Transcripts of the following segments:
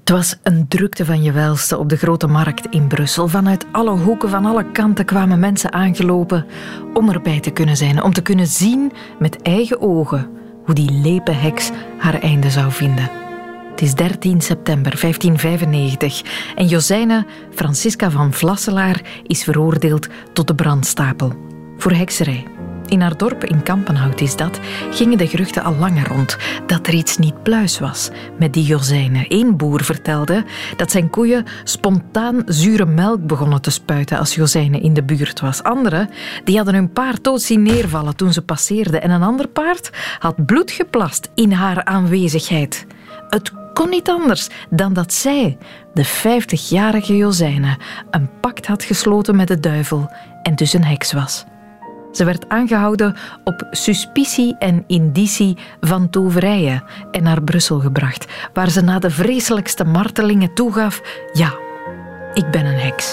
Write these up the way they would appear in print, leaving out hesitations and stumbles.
Het was een drukte van je welste op de Grote Markt in Brussel. Vanuit alle hoeken, van alle kanten kwamen mensen aangelopen om erbij te kunnen zijn. Om te kunnen zien met eigen ogen hoe die lepe heks haar einde zou vinden. Het is 13 september 1595 en Josijne Francisca van Vlasselaar is veroordeeld tot de brandstapel voor hekserij. In haar dorp, in Kampenhout is dat, gingen de geruchten al langer rond dat er iets niet pluis was met die Josijne. Eén boer vertelde dat zijn koeien spontaan zure melk begonnen te spuiten als Josijne in de buurt was. Anderen die hadden hun paard dood zien neervallen toen ze passeerden en een ander paard had bloed geplast in haar aanwezigheid. Het kon niet anders dan dat zij, de 50-jarige Josijne, een pact had gesloten met de duivel en dus een heks was. Ze werd aangehouden op suspicie en indicie van toverijen en naar Brussel gebracht, waar ze na de vreselijkste martelingen toegaf: ja, ik ben een heks.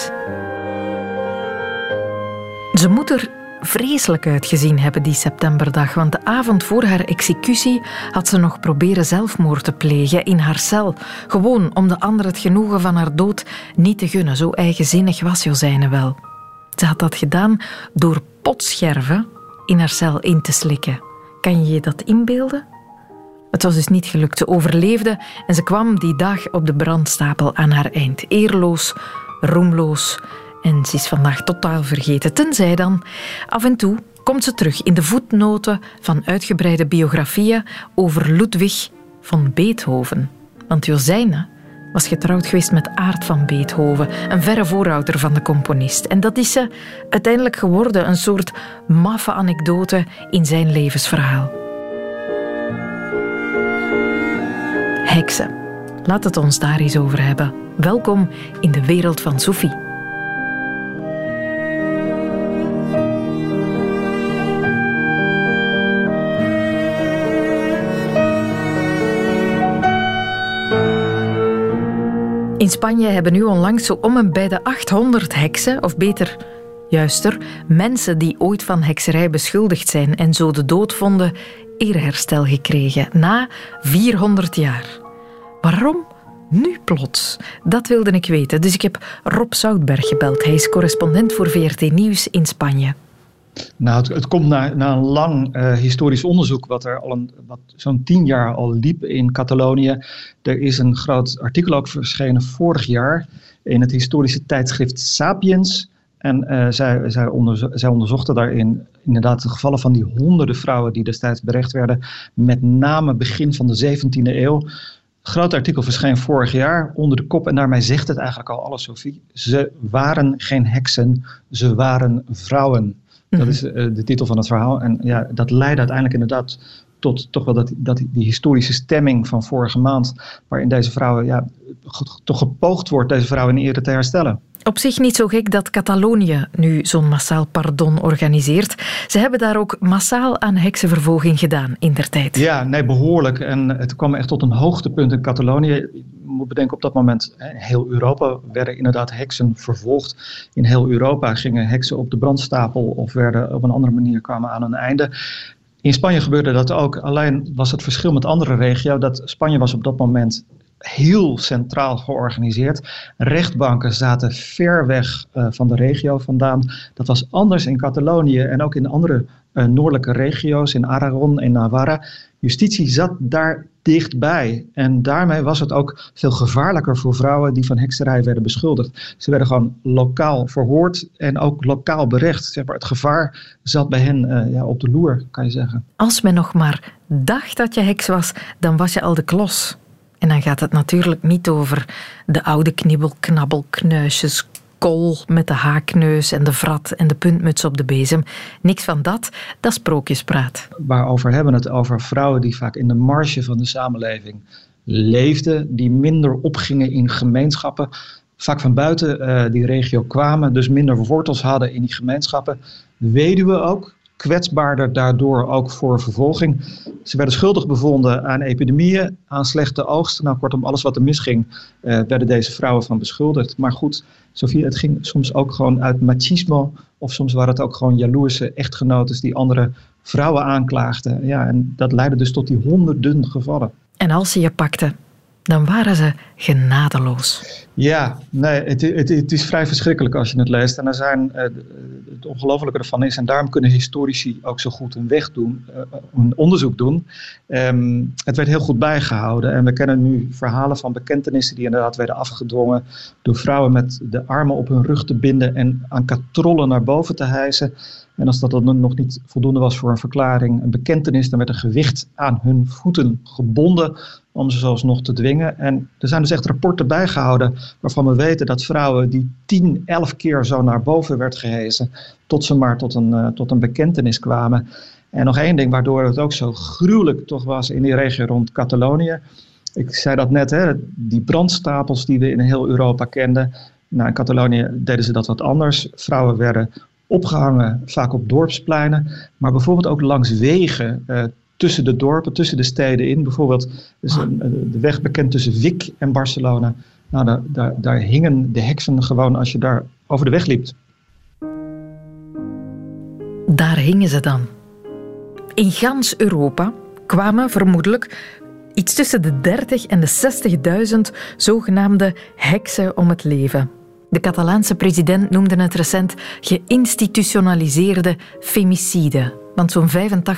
Ze moet er vreselijk uitgezien hebben die septemberdag, want de avond voor haar executie had ze nog proberen zelfmoord te plegen in haar cel, gewoon om de ander het genoegen van haar dood niet te gunnen. Zo eigenzinnig was Josijne wel. Ze had dat gedaan door potscherven in haar cel in te slikken. Kan je je dat inbeelden? Het was dus niet gelukt. Ze overleefde en ze kwam die dag op de brandstapel aan haar eind. Eerloos, roemloos en ze is vandaag totaal vergeten. Tenzij dan, af en toe komt ze terug in de voetnoten van uitgebreide biografieën over Ludwig van Beethoven. Want Josijne was getrouwd geweest met Aart van Beethoven, een verre voorouder van de componist. En dat is ze uiteindelijk geworden, een soort maffe anekdote in zijn levensverhaal. Heksen. Laat het ons daar eens over hebben. Welkom in de wereld van Sophie. In Spanje hebben nu onlangs zo om en bij de 800 heksen, of beter, juister, mensen die ooit van hekserij beschuldigd zijn en zo de dood vonden, eerherstel gekregen, na 400 jaar. Waarom nu plots? Dat wilde ik weten, dus ik heb Rob Zoutberg gebeld. Hij is correspondent voor VRT Nieuws in Spanje. Nou, het komt na een lang historisch onderzoek wat zo'n 10 jaar al liep in Catalonië. Er is een groot artikel ook verschenen vorig jaar in het historische tijdschrift Sapiens. En zij onderzochten daarin inderdaad de gevallen van die honderden vrouwen die destijds berecht werden, met name begin van de 17e eeuw. Groot artikel verscheen vorig jaar onder de kop en daarmee zegt het eigenlijk al alles, Sophie. Ze waren geen heksen, ze waren vrouwen. Dat is de titel van het verhaal. En ja, dat leidde uiteindelijk inderdaad tot toch wel die historische stemming van vorige maand, waarin deze vrouwen toch gepoogd wordt deze vrouwen in ere te herstellen. Op zich niet zo gek dat Catalonië nu zo'n massaal pardon organiseert. Ze hebben daar ook massaal aan heksenvervolging gedaan indertijd. Ja, nee, behoorlijk. En het kwam echt tot een hoogtepunt in Catalonië. Je moet bedenken, op dat moment in heel Europa werden inderdaad heksen vervolgd. In heel Europa gingen heksen op de brandstapel of werden op een andere manier kwamen aan hun einde. In Spanje gebeurde dat ook. Alleen was het verschil met andere regio's dat Spanje was op dat moment heel centraal georganiseerd. Rechtbanken zaten ver weg van de regio vandaan. Dat was anders in Catalonië en ook in andere noordelijke regio's, in Aragon en Navarra. Justitie zat daar dichtbij. En daarmee was het ook veel gevaarlijker voor vrouwen die van hekserij werden beschuldigd. Ze werden gewoon lokaal verhoord en ook lokaal berecht. Zeg maar, het gevaar zat bij hen op de loer, kan je zeggen. Als men nog maar dacht dat je heks was, dan was je al de klos. En dan gaat het natuurlijk niet over de oude knibbel-knabbel-knuisjes, kool met de haakneus en de vrat en de puntmuts op de bezem. Niks van dat is sprookjespraat. Waarover hebben we het? Over vrouwen die vaak in de marge van de samenleving leefden, die minder opgingen in gemeenschappen, vaak van buiten die regio kwamen, dus minder wortels hadden in die gemeenschappen. Weduwen ook, kwetsbaarder daardoor ook voor vervolging. Ze werden schuldig bevonden aan epidemieën, aan slechte oogst. Nou, kortom, alles wat er misging, werden deze vrouwen van beschuldigd. Maar goed, Sophie, het ging soms ook gewoon uit machismo, of soms waren het ook gewoon jaloerse echtgenotes die andere vrouwen aanklaagden. Ja, en dat leidde dus tot die honderden gevallen. En als ze je pakten, dan waren ze genadeloos. Ja, nee, het is vrij verschrikkelijk als je het leest. En er zijn, het ongelofelijke ervan is, en daarom kunnen historici ook zo goed hun weg doen, een onderzoek doen. Het werd heel goed bijgehouden. En we kennen nu verhalen van bekentenissen die inderdaad werden afgedwongen door vrouwen met de armen op hun rug te binden en aan katrollen naar boven te hijsen. En als dat dan nog niet voldoende was voor een verklaring, een bekentenis, dan werd een gewicht aan hun voeten gebonden om ze zelfs nog te dwingen. En er zijn dus echt rapporten bijgehouden waarvan we weten dat vrouwen die 10, 11 keer zo naar boven werd gehezen, tot ze maar tot een bekentenis kwamen. En nog één ding waardoor het ook zo gruwelijk toch was in die regio rond Catalonië. Ik zei dat net, hè, die brandstapels die we in heel Europa kenden. Nou, in Catalonië deden ze dat wat anders. Vrouwen werden opgehangen, vaak op dorpspleinen, maar bijvoorbeeld ook langs wegen tussen de dorpen, tussen de steden in. Bijvoorbeeld de weg bekend tussen Vic en Barcelona. Nou, daar hingen de heksen gewoon als je daar over de weg liep. Daar hingen ze dan. In gans Europa kwamen vermoedelijk iets tussen de 30 en de 60.000 zogenaamde heksen om het leven. De Catalaanse president noemde het recent geïnstitutionaliseerde femicide, want zo'n 85%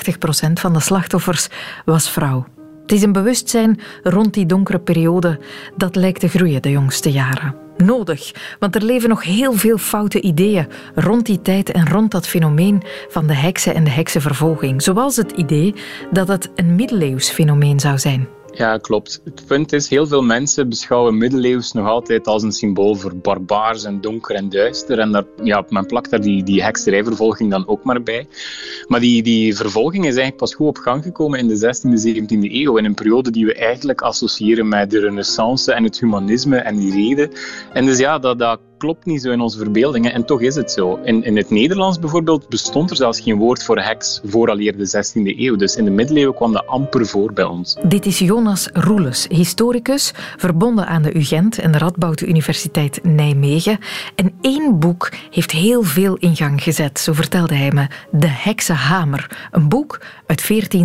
van de slachtoffers was vrouw. Het is een bewustzijn rond die donkere periode dat lijkt te groeien de jongste jaren. Nodig, want er leven nog heel veel foute ideeën rond die tijd en rond dat fenomeen van de heksen en de heksenvervolging. Zoals het idee dat het een middeleeuws fenomeen zou zijn. Ja, klopt. Het punt is, heel veel mensen beschouwen middeleeuws nog altijd als een symbool voor barbaars en donker en duister. En men plakt daar die hekserijvervolging dan ook maar bij. Maar die vervolging is eigenlijk pas goed op gang gekomen in de 16e, 17e eeuw. In een periode die we eigenlijk associëren met de renaissance en het humanisme en die reden. En dus ja, dat klopt niet zo in onze verbeeldingen. En toch is het zo. In het Nederlands bijvoorbeeld bestond er zelfs geen woord voor heks vooraleer de 16e eeuw. Dus in de middeleeuwen kwam dat amper voor bij ons. Dit is Jonas Roeles, historicus, verbonden aan de UGent en de Radboud Universiteit Nijmegen. En 1 boek heeft heel veel in gang gezet, zo vertelde hij me. De Heksenhamer, een boek uit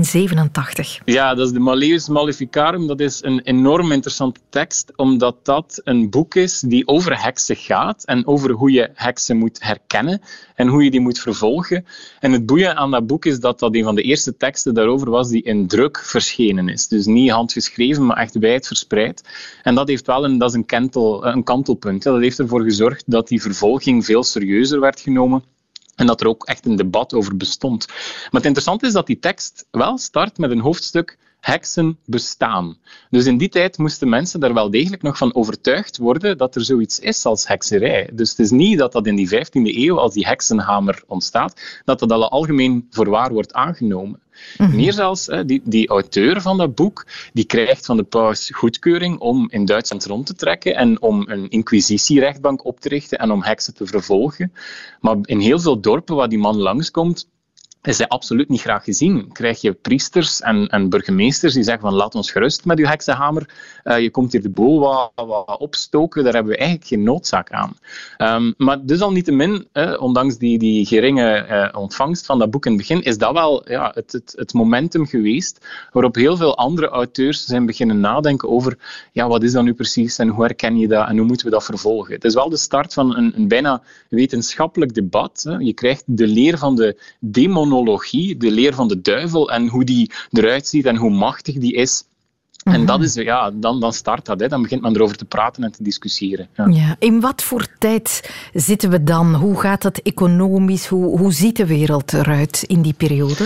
1487. Ja, dat is de Malleus Maleficarum. Dat is een enorm interessante tekst, omdat dat een boek is die over heksen gaat. En over hoe je heksen moet herkennen en hoe je die moet vervolgen. En het boeiende aan dat boek is dat een van de eerste teksten daarover was die in druk verschenen is. Dus niet handgeschreven, maar echt wijd verspreid. En dat heeft wel dat is een kantelpunt. Dat heeft ervoor gezorgd dat die vervolging veel serieuzer werd genomen. En dat er ook echt een debat over bestond. Maar het interessante is dat die tekst wel start met een hoofdstuk heksen bestaan. Dus in die tijd moesten mensen daar wel degelijk nog van overtuigd worden dat er zoiets is als hekserij. Dus het is niet dat in die 15e eeuw, als die heksenhamer ontstaat, dat al algemeen voor waar wordt aangenomen. Mm-hmm. Meer zelfs, die auteur van dat boek, die krijgt van de paus goedkeuring om in Duitsland rond te trekken en om een inquisitierechtbank op te richten en om heksen te vervolgen. Maar in heel veel dorpen waar die man langskomt, is hij absoluut niet graag gezien. Krijg je priesters en burgemeesters die zeggen van laat ons gerust met uw heksenhamer. Je komt hier de boel wat opstoken, daar hebben we eigenlijk geen noodzaak aan. Maar dus al niettemin, ondanks die geringe ontvangst van dat boek in het begin, is dat wel het momentum geweest waarop heel veel andere auteurs zijn beginnen nadenken over wat is dat nu precies en hoe herken je dat en hoe moeten we dat vervolgen. Het is wel de start van een bijna wetenschappelijk debat. Je krijgt de leer van de demonologie, de leer van de duivel en hoe die eruit ziet en hoe machtig die is. Mm-hmm. En dat is, dan start dat. Dan begint men erover te praten en te discussiëren. Ja. Ja, in wat voor tijd zitten we dan? Hoe gaat het economisch? Hoe ziet de wereld eruit in die periode?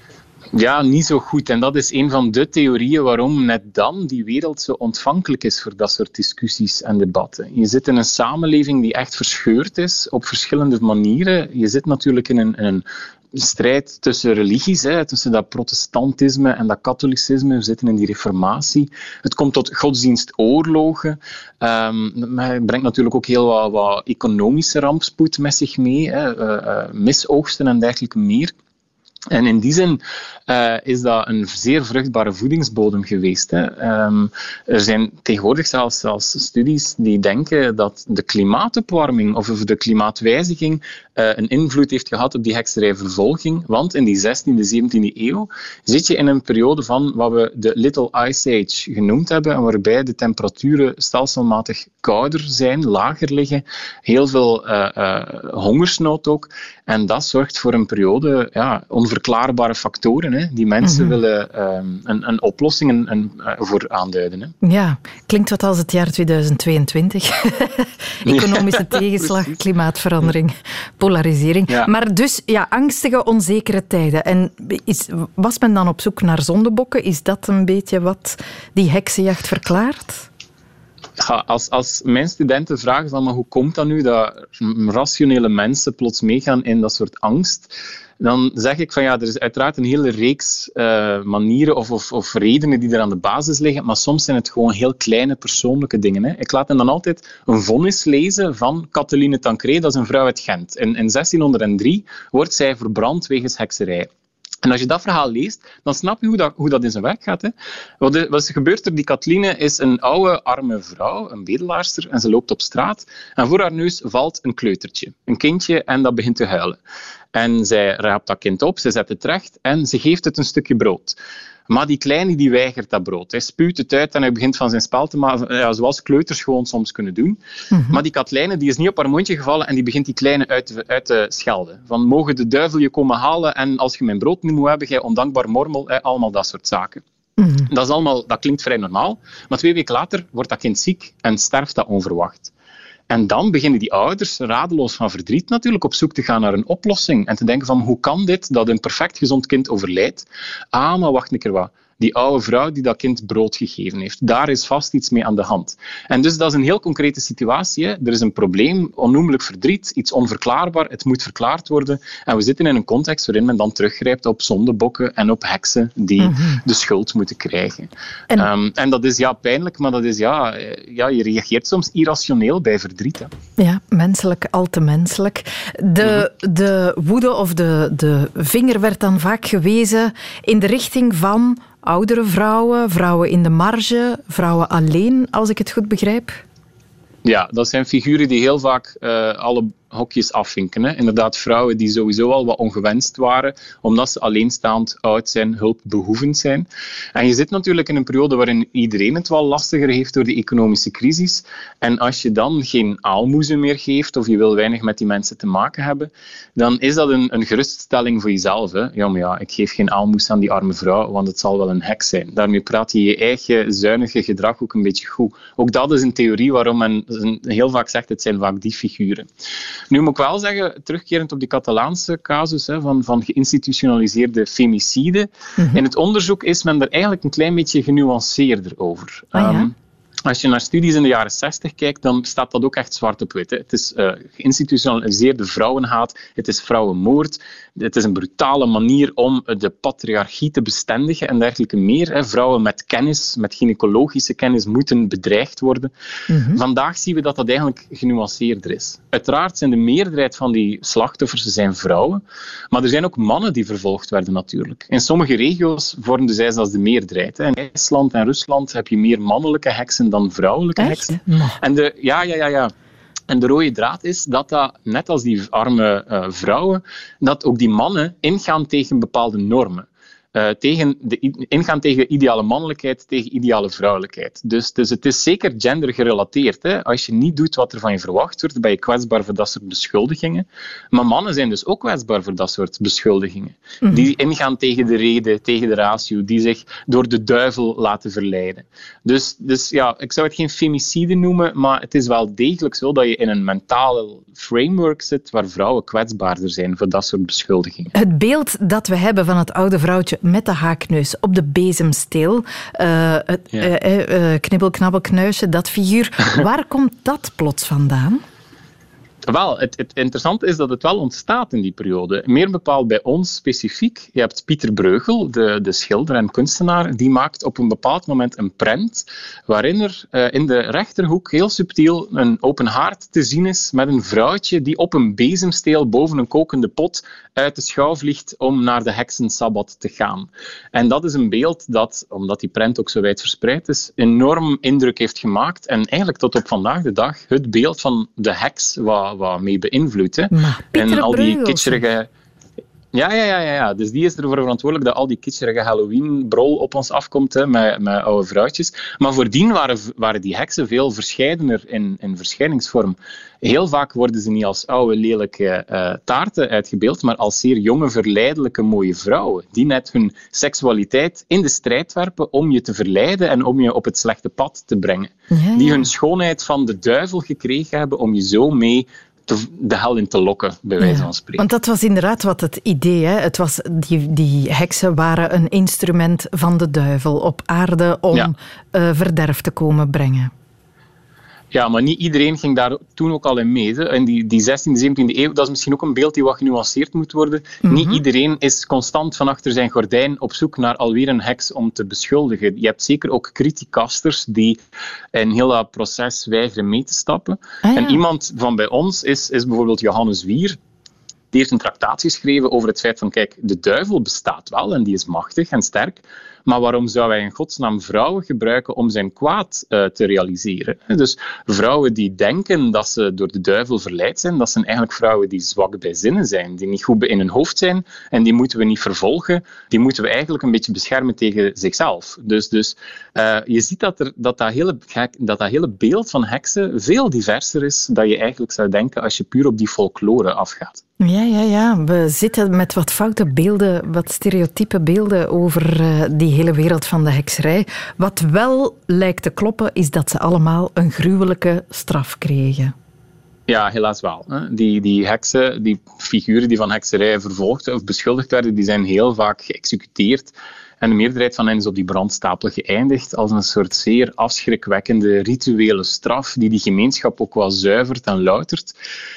Ja, niet zo goed. En dat is een van de theorieën waarom net dan die wereld zo ontvankelijk is voor dat soort discussies en debatten. Je zit in een samenleving die echt verscheurd is op verschillende manieren. Je zit natuurlijk in een strijd tussen religies, tussen dat protestantisme en dat katholicisme. We zitten in die reformatie. Het komt tot godsdienstoorlogen. Maar het brengt natuurlijk ook heel wat economische rampspoed met zich mee. Misoogsten en dergelijke meer. En in die zin is dat een zeer vruchtbare voedingsbodem geweest. Hè. Er zijn tegenwoordig zelfs studies die denken dat de klimaatopwarming of de klimaatwijziging een invloed heeft gehad op die hekserijvervolging. Want in die 16e, 17e eeuw zit je in een periode van wat we de Little Ice Age genoemd hebben, waarbij de temperaturen stelselmatig kouder zijn, lager liggen, heel veel hongersnood ook. En dat zorgt voor een periode, onverklaarbare factoren, hè, die mensen willen een oplossing voor aanduiden. Hè. Ja, klinkt wat als het jaar 2022. Economische tegenslag, klimaatverandering, polarisering. Ja. Maar dus, angstige, onzekere tijden. En was men dan op zoek naar zondebokken? Is dat een beetje wat die heksenjacht verklaart? Ja, als mijn studenten vragen van, maar hoe komt dat nu dat rationele mensen plots meegaan in dat soort angst, dan zeg ik van er is uiteraard een hele reeks manieren of redenen die er aan de basis liggen, maar soms zijn het gewoon heel kleine persoonlijke dingen. Hè. Ik laat hen dan altijd een vonnis lezen van Catherine Tancré, dat is een vrouw uit Gent. In 1603 wordt zij verbrand wegens hekserij. En als je dat verhaal leest, dan snap je hoe dat in zijn werk gaat. Hè. Wat gebeurt er? Die Kathleen is een oude, arme vrouw, een bedelaarster, en ze loopt op straat. En voor haar neus valt een kleutertje, een kindje, en dat begint te huilen. En zij raapt dat kind op, ze zet het recht en ze geeft het een stukje brood. Maar die kleine die weigert dat brood. Hij spuwt het uit en hij begint van zijn spel te maken, zoals kleuters gewoon soms kunnen doen. Mm-hmm. Maar die Katlijne die is niet op haar mondje gevallen en die begint die kleine uit te schelden. Van, mogen de duivel je komen halen en als je mijn brood niet moet hebben, jij ondankbaar mormel, allemaal dat soort zaken. Mm-hmm. Dat klinkt vrij normaal, maar 2 weken later wordt dat kind ziek en sterft dat onverwacht. En dan beginnen die ouders, radeloos van verdriet natuurlijk, op zoek te gaan naar een oplossing. En te denken van, hoe kan dit, dat een perfect gezond kind overlijdt? Maar wacht een keer wat. Die oude vrouw die dat kind brood gegeven heeft. Daar is vast iets mee aan de hand. En dus dat is een heel concrete situatie. Hè. Er is een probleem, onnoemelijk verdriet, iets onverklaarbaar. Het moet verklaard worden. En we zitten in een context waarin men dan teruggrijpt op zondebokken en op heksen die de schuld moeten krijgen. En dat is pijnlijk, maar dat is je reageert soms irrationeel bij verdriet. Hè. Ja, menselijk, al te menselijk. De woede of de vinger werd dan vaak gewezen in de richting van oudere vrouwen, vrouwen in de marge, vrouwen alleen, als ik het goed begrijp. Ja, dat zijn figuren die heel vaak alle hokjes afvinken. Hè. Inderdaad, vrouwen die sowieso al wat ongewenst waren, omdat ze alleenstaand, oud zijn, hulpbehoevend zijn. En je zit natuurlijk in een periode waarin iedereen het wel lastiger heeft door de economische crisis. En als je dan geen aalmoezen meer geeft, of je wil weinig met die mensen te maken hebben, dan is dat een geruststelling voor jezelf. Hè. Ik geef geen aalmoes aan die arme vrouw, want het zal wel een heks zijn. Daarmee praat je je eigen zuinige gedrag ook een beetje goed. Ook dat is een theorie waarom men heel vaak zegt, het zijn vaak die figuren. Nu moet ik wel zeggen, terugkerend op die Catalaanse casus van geïnstitutionaliseerde femicide, in het onderzoek is men er eigenlijk een klein beetje genuanceerder over. Als je naar studies in de jaren 60 kijkt, dan staat dat ook echt zwart op wit. Hè. Het is geïnstitutionaliseerde vrouwenhaat, het is vrouwenmoord, het is een brutale manier om de patriarchie te bestendigen en dergelijke meer. Hè. Vrouwen met kennis, met gynaecologische kennis, moeten bedreigd worden. Vandaag zien we dat dat eigenlijk genuanceerder is. Uiteraard zijn de meerderheid van die slachtoffers zijn vrouwen, maar er zijn ook mannen die vervolgd werden natuurlijk. In sommige regio's vormden zij zelfs de meerderheid. Hè. In IJsland en Rusland heb je meer mannelijke heksen dan vrouwelijke heksen. En En de rode draad is dat net als die arme vrouwen, dat ook die mannen ingaan tegen bepaalde normen. Ingaan tegen ideale mannelijkheid, tegen ideale vrouwelijkheid. Dus het is zeker gendergerelateerd. Hè. Als je niet doet wat er van je verwacht wordt, ben je kwetsbaar voor dat soort beschuldigingen. Maar mannen zijn dus ook kwetsbaar voor dat soort beschuldigingen. Die ingaan tegen de rede, tegen de ratio, die zich door de duivel laten verleiden. Dus ik zou het geen femicide noemen, maar het is wel degelijk zo dat je in een mentale framework zit waar vrouwen kwetsbaarder zijn voor dat soort beschuldigingen. Het beeld dat we hebben van het oude vrouwtje met de haakneus op de bezemsteel, knibbel, knabbel, knuisje, dat figuur. Waar komt dat plots vandaan? Wel, het interessante is dat het wel ontstaat in die periode. Meer bepaald bij ons specifiek. Je hebt Pieter Bruegel, de schilder en kunstenaar, die maakt op een bepaald moment een prent waarin er in de rechterhoek heel subtiel een open haard te zien is met een vrouwtje die op een bezemsteel boven een kokende pot uit de schouw vliegt om naar de heksensabbat te gaan. En dat is een beeld dat, omdat die prent ook zo wijd verspreid is, enorm indruk heeft gemaakt en eigenlijk tot op vandaag de dag het beeld van de heks wat mee beïnvloedt. Hè. En al die kitscherige... Ja. Dus die is ervoor verantwoordelijk dat al die kitscherige Halloween-brol op ons afkomt, hè, met oude vrouwtjes. Maar voordien waren die heksen veel verscheidener in verschijningsvorm. Heel vaak worden ze niet als oude, lelijke taarten uitgebeeld, maar als zeer jonge, verleidelijke, mooie vrouwen, die net hun seksualiteit in de strijd werpen om je te verleiden en om je op het slechte pad te brengen. Ja. Die hun schoonheid van de duivel gekregen hebben om je zo mee de hel in te lokken, bij wijze van spreken. Want dat was inderdaad wat het idee. Hè? Het was, die heksen waren een instrument van de duivel op aarde om verderf te komen brengen. Ja, maar niet iedereen ging daar toen ook al in mee. Hè. In die 16e, 17e eeuw, dat is misschien ook een beeld die wat genuanceerd moet worden. Mm-hmm. Niet iedereen is constant van achter zijn gordijn op zoek naar alweer een heks om te beschuldigen. Je hebt zeker ook criticasters die in heel dat proces weigeren mee te stappen. Ah, ja. En iemand van bij ons is bijvoorbeeld Johannes Wier. Die heeft een tractaat geschreven over het feit van, kijk, de duivel bestaat wel en die is machtig en sterk, maar waarom zou hij in godsnaam vrouwen gebruiken om zijn kwaad te realiseren? Dus vrouwen die denken dat ze door de duivel verleid zijn, dat zijn eigenlijk vrouwen die zwak bij zinnen zijn, die niet goed in hun hoofd zijn en die moeten we niet vervolgen, die moeten we eigenlijk een beetje beschermen tegen zichzelf. Dus je ziet dat hele beeld van heksen veel diverser is dan je eigenlijk zou denken als je puur op die folklore afgaat. Ja. We zitten met wat foute beelden, wat stereotype beelden over die hele wereld van de hekserij. Wat wel lijkt te kloppen, is dat ze allemaal een gruwelijke straf kregen. Ja, helaas wel. Die heksen, die figuren die van hekserij vervolgd of beschuldigd werden, die zijn heel vaak geëxecuteerd. En de meerderheid van hen is op die brandstapel geëindigd als een soort zeer afschrikwekkende rituele straf die gemeenschap ook wel zuivert en loutert.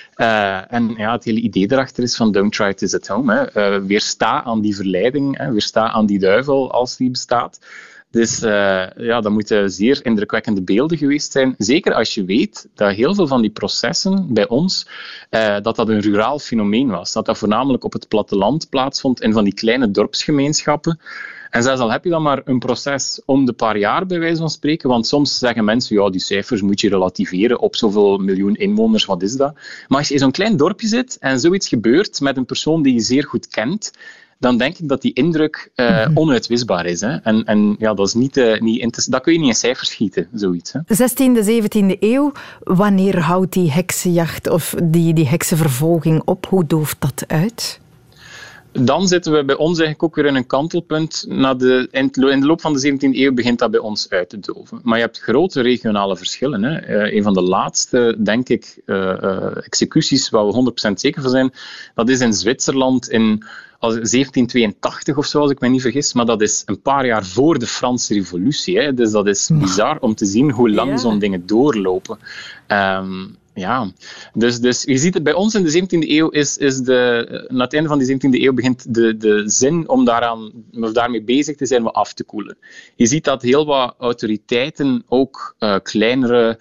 En ja, het hele idee erachter is van don't try this at home. Weersta aan die verleiding, weersta aan die duivel als die bestaat. Dus dat moeten zeer indrukwekkende beelden geweest zijn. Zeker als je weet dat heel veel van die processen bij ons, dat een ruraal fenomeen was. Dat voornamelijk op het platteland plaatsvond in van die kleine dorpsgemeenschappen. En zelfs al heb je dan maar een proces om de paar jaar, bij wijze van spreken, want soms zeggen mensen, ja, die cijfers moet je relativeren op zoveel miljoen inwoners, wat is dat? Maar als je in zo'n klein dorpje zit en zoiets gebeurt met een persoon die je zeer goed kent, dan denk ik dat die indruk onuitwisbaar is. Hè? En ja, dat is dat kun je niet in cijfers schieten, zoiets. Hè? 16e, 17e eeuw, wanneer houdt die heksenjacht of die heksenvervolging op? Hoe dooft dat uit? Dan zitten we bij ons eigenlijk ook weer in een kantelpunt. In de loop van de 17e eeuw begint dat bij ons uit te doven. Maar je hebt grote regionale verschillen. Hè. Een van de laatste, denk ik, executies waar we 100% zeker van zijn, dat is in Zwitserland in 1782 of zo, als ik me niet vergis. Maar dat is een paar jaar voor de Franse Revolutie. Hè. Dus dat is bizar om te zien hoe lang zo'n dingen doorlopen. Ja, dus je ziet het bij ons in de 17e eeuw na het einde van de 17e eeuw begint de zin om daarmee bezig te zijn wat af te koelen. Je ziet dat heel wat autoriteiten ook kleinere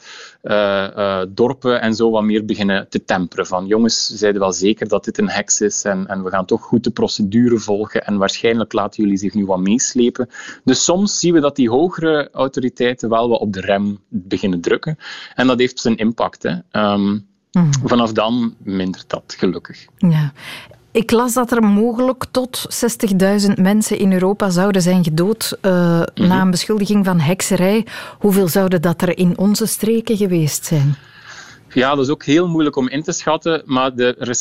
dorpen en zo wat meer beginnen te temperen. Van jongens, zeiden wel zeker dat dit een heks is en we gaan toch goed de procedure volgen en waarschijnlijk laten jullie zich nu wat meeslepen. Dus soms zien we dat die hogere autoriteiten wel wat op de rem beginnen drukken en dat heeft zijn impact, hè. Vanaf dan mindert dat, gelukkig. Ja. Ik las dat er mogelijk tot 60.000 mensen in Europa zouden zijn gedood na een beschuldiging van hekserij. Hoeveel zouden dat er in onze streken geweest zijn? Ja, dat is ook heel moeilijk om in te schatten, maar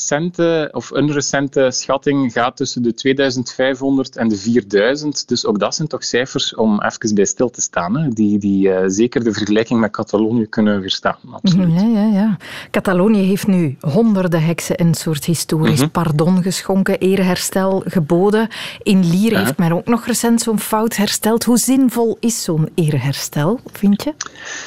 een recente schatting gaat tussen de 2500 en de 4000. Dus ook dat zijn toch cijfers om even bij stil te staan, hè, die zeker de vergelijking met Catalonië kunnen weerstaan. Absoluut. Ja. Catalonië heeft nu honderden heksen een soort historisch pardon geschonken, eerherstel geboden. In Lier heeft men ook nog recent zo'n fout hersteld. Hoe zinvol is zo'n eerherstel, vind je?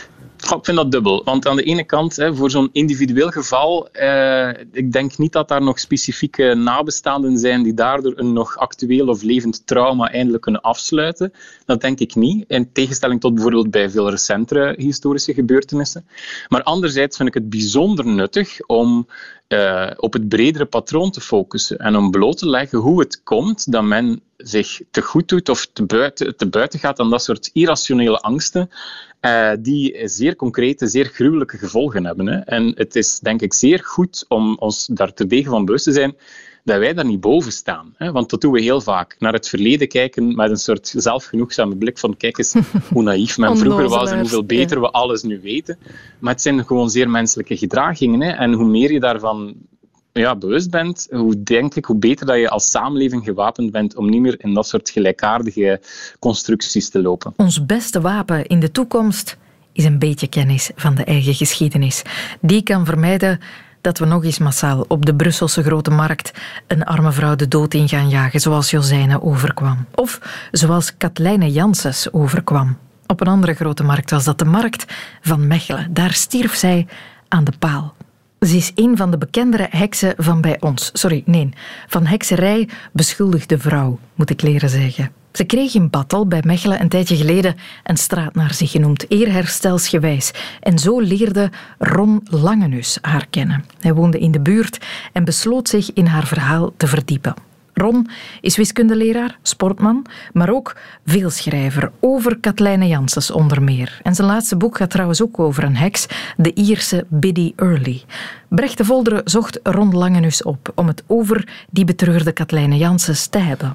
Ik vind dat dubbel. Want aan de ene kant, voor zo'n individueel geval, ik denk niet dat daar nog specifieke nabestaanden zijn die daardoor een nog actueel of levend trauma eindelijk kunnen afsluiten. Dat denk ik niet. In tegenstelling tot bijvoorbeeld bij veel recentere historische gebeurtenissen. Maar anderzijds vind ik het bijzonder nuttig om op het bredere patroon te focussen en om bloot te leggen hoe het komt dat men zich te goed doet of te buiten gaat aan dat soort irrationele angsten die zeer concrete, zeer gruwelijke gevolgen hebben. Hè. En het is denk ik zeer goed om ons daar terdege van bewust te zijn dat wij daar niet boven staan. Hè? Want dat doen we heel vaak. Naar het verleden kijken met een soort zelfgenoegzame blik van kijk eens hoe naïef men vroeger was en hoeveel beter we alles nu weten. Maar het zijn gewoon zeer menselijke gedragingen. Hè? En hoe meer je daarvan bewust bent, hoe beter dat je als samenleving gewapend bent om niet meer in dat soort gelijkaardige constructies te lopen. Ons beste wapen in de toekomst is een beetje kennis van de eigen geschiedenis. Die kan vermijden dat we nog eens massaal op de Brusselse Grote Markt een arme vrouw de dood in gaan jagen, zoals Josijne overkwam. Of zoals Katlijne Janssens overkwam. Op een andere grote markt was dat de markt van Mechelen. Daar stierf zij aan de paal. Ze is een van de bekendere heksen van bij ons. Van hekserij beschuldigde vrouw, moet ik leren zeggen. Ze kreeg in Battel bij Mechelen een tijdje geleden een straat naar zich genoemd, eerherstelsgewijs. En zo leerde Ron Langenus haar kennen. Hij woonde in de buurt en besloot zich in haar verhaal te verdiepen. Ron is wiskundeleraar, sportman, maar ook veelschrijver over Katlijne Janssens onder meer. En zijn laatste boek gaat trouwens ook over een heks, de Ierse Biddy Early. Brecht de Volderen zocht Ron Langenus op om het over die betreurde Katlijne Janssens te hebben.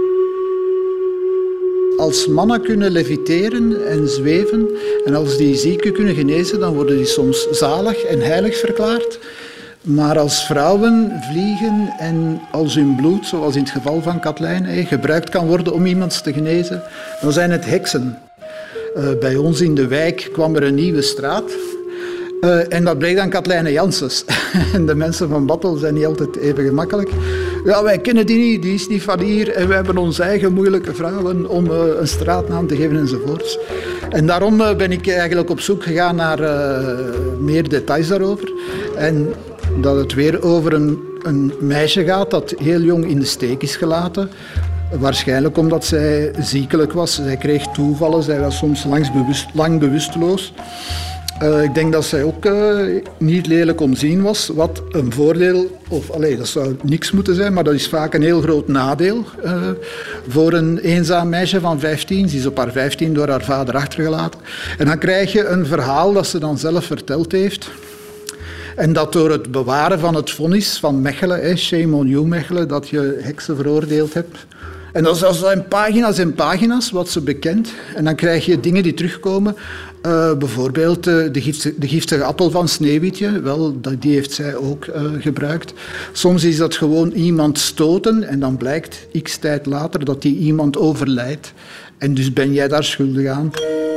Als mannen kunnen leviteren en zweven en als die zieken kunnen genezen, dan worden die soms zalig en heilig verklaard. Maar als vrouwen vliegen en als hun bloed, zoals in het geval van Katlijne, gebruikt kan worden om iemand te genezen, dan zijn het heksen. Bij ons in de wijk kwam er een nieuwe straat. En dat bleek dan Katlijne Janssens. En de mensen van Battel zijn niet altijd even gemakkelijk. Ja, wij kennen die niet, die is niet van hier. En wij hebben onze eigen moeilijke vrouwen om een straatnaam te geven enzovoorts. En daarom ben ik eigenlijk op zoek gegaan naar meer details daarover. En dat het weer over een meisje gaat dat heel jong in de steek is gelaten. Waarschijnlijk omdat zij ziekelijk was. Zij kreeg toevallen, zij was soms lang bewusteloos. Ik denk dat zij ook niet lelijk omzien was, wat een voordeel, dat zou niks moeten zijn, maar dat is vaak een heel groot nadeel voor een eenzaam meisje van 15. Ze is op haar 15 door haar vader achtergelaten. En dan krijg je een verhaal dat ze dan zelf verteld heeft. En dat door het bewaren van het vonnis van Mechelen, shame on you Mechelen, dat je heksen veroordeeld hebt. En dat zijn pagina's en pagina's wat ze bekent. En dan krijg je dingen die terugkomen. Bijvoorbeeld de giftige appel van Sneeuwwitje. Wel, die heeft zij ook gebruikt. Soms is dat gewoon iemand stoten en dan blijkt x tijd later dat die iemand overlijdt. En dus ben jij daar schuldig aan.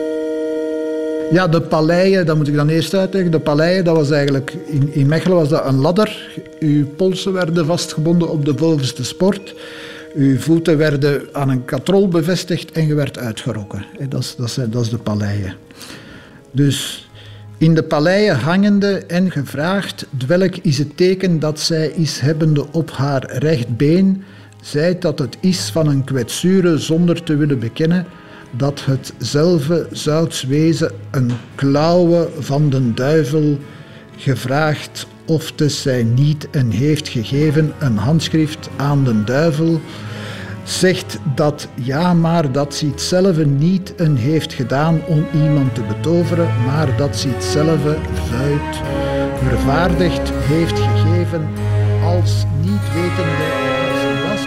Ja, de paleien, dat moet ik dan eerst uitleggen. De paleien, dat was eigenlijk, in Mechelen was dat een ladder. Uw polsen werden vastgebonden op de bovenste sport. Uw voeten werden aan een katrol bevestigd en je werd uitgerokken. Dat is de paleien. Dus in de paleien hangende en gevraagd, dwelk is het teken dat zij is hebbende op haar rechtbeen, zijt dat het is van een kwetsure zonder te willen bekennen, dat het zelve zouds wezen een klauwe van den duivel, gevraagd of het zij niet en heeft gegeven een handschrift aan den duivel, zegt dat ja, maar dat ze het zelve niet en heeft gedaan om iemand te betoveren, maar dat ze het zelve vuit vervaardigd heeft gegeven als niet wetende waar ze was.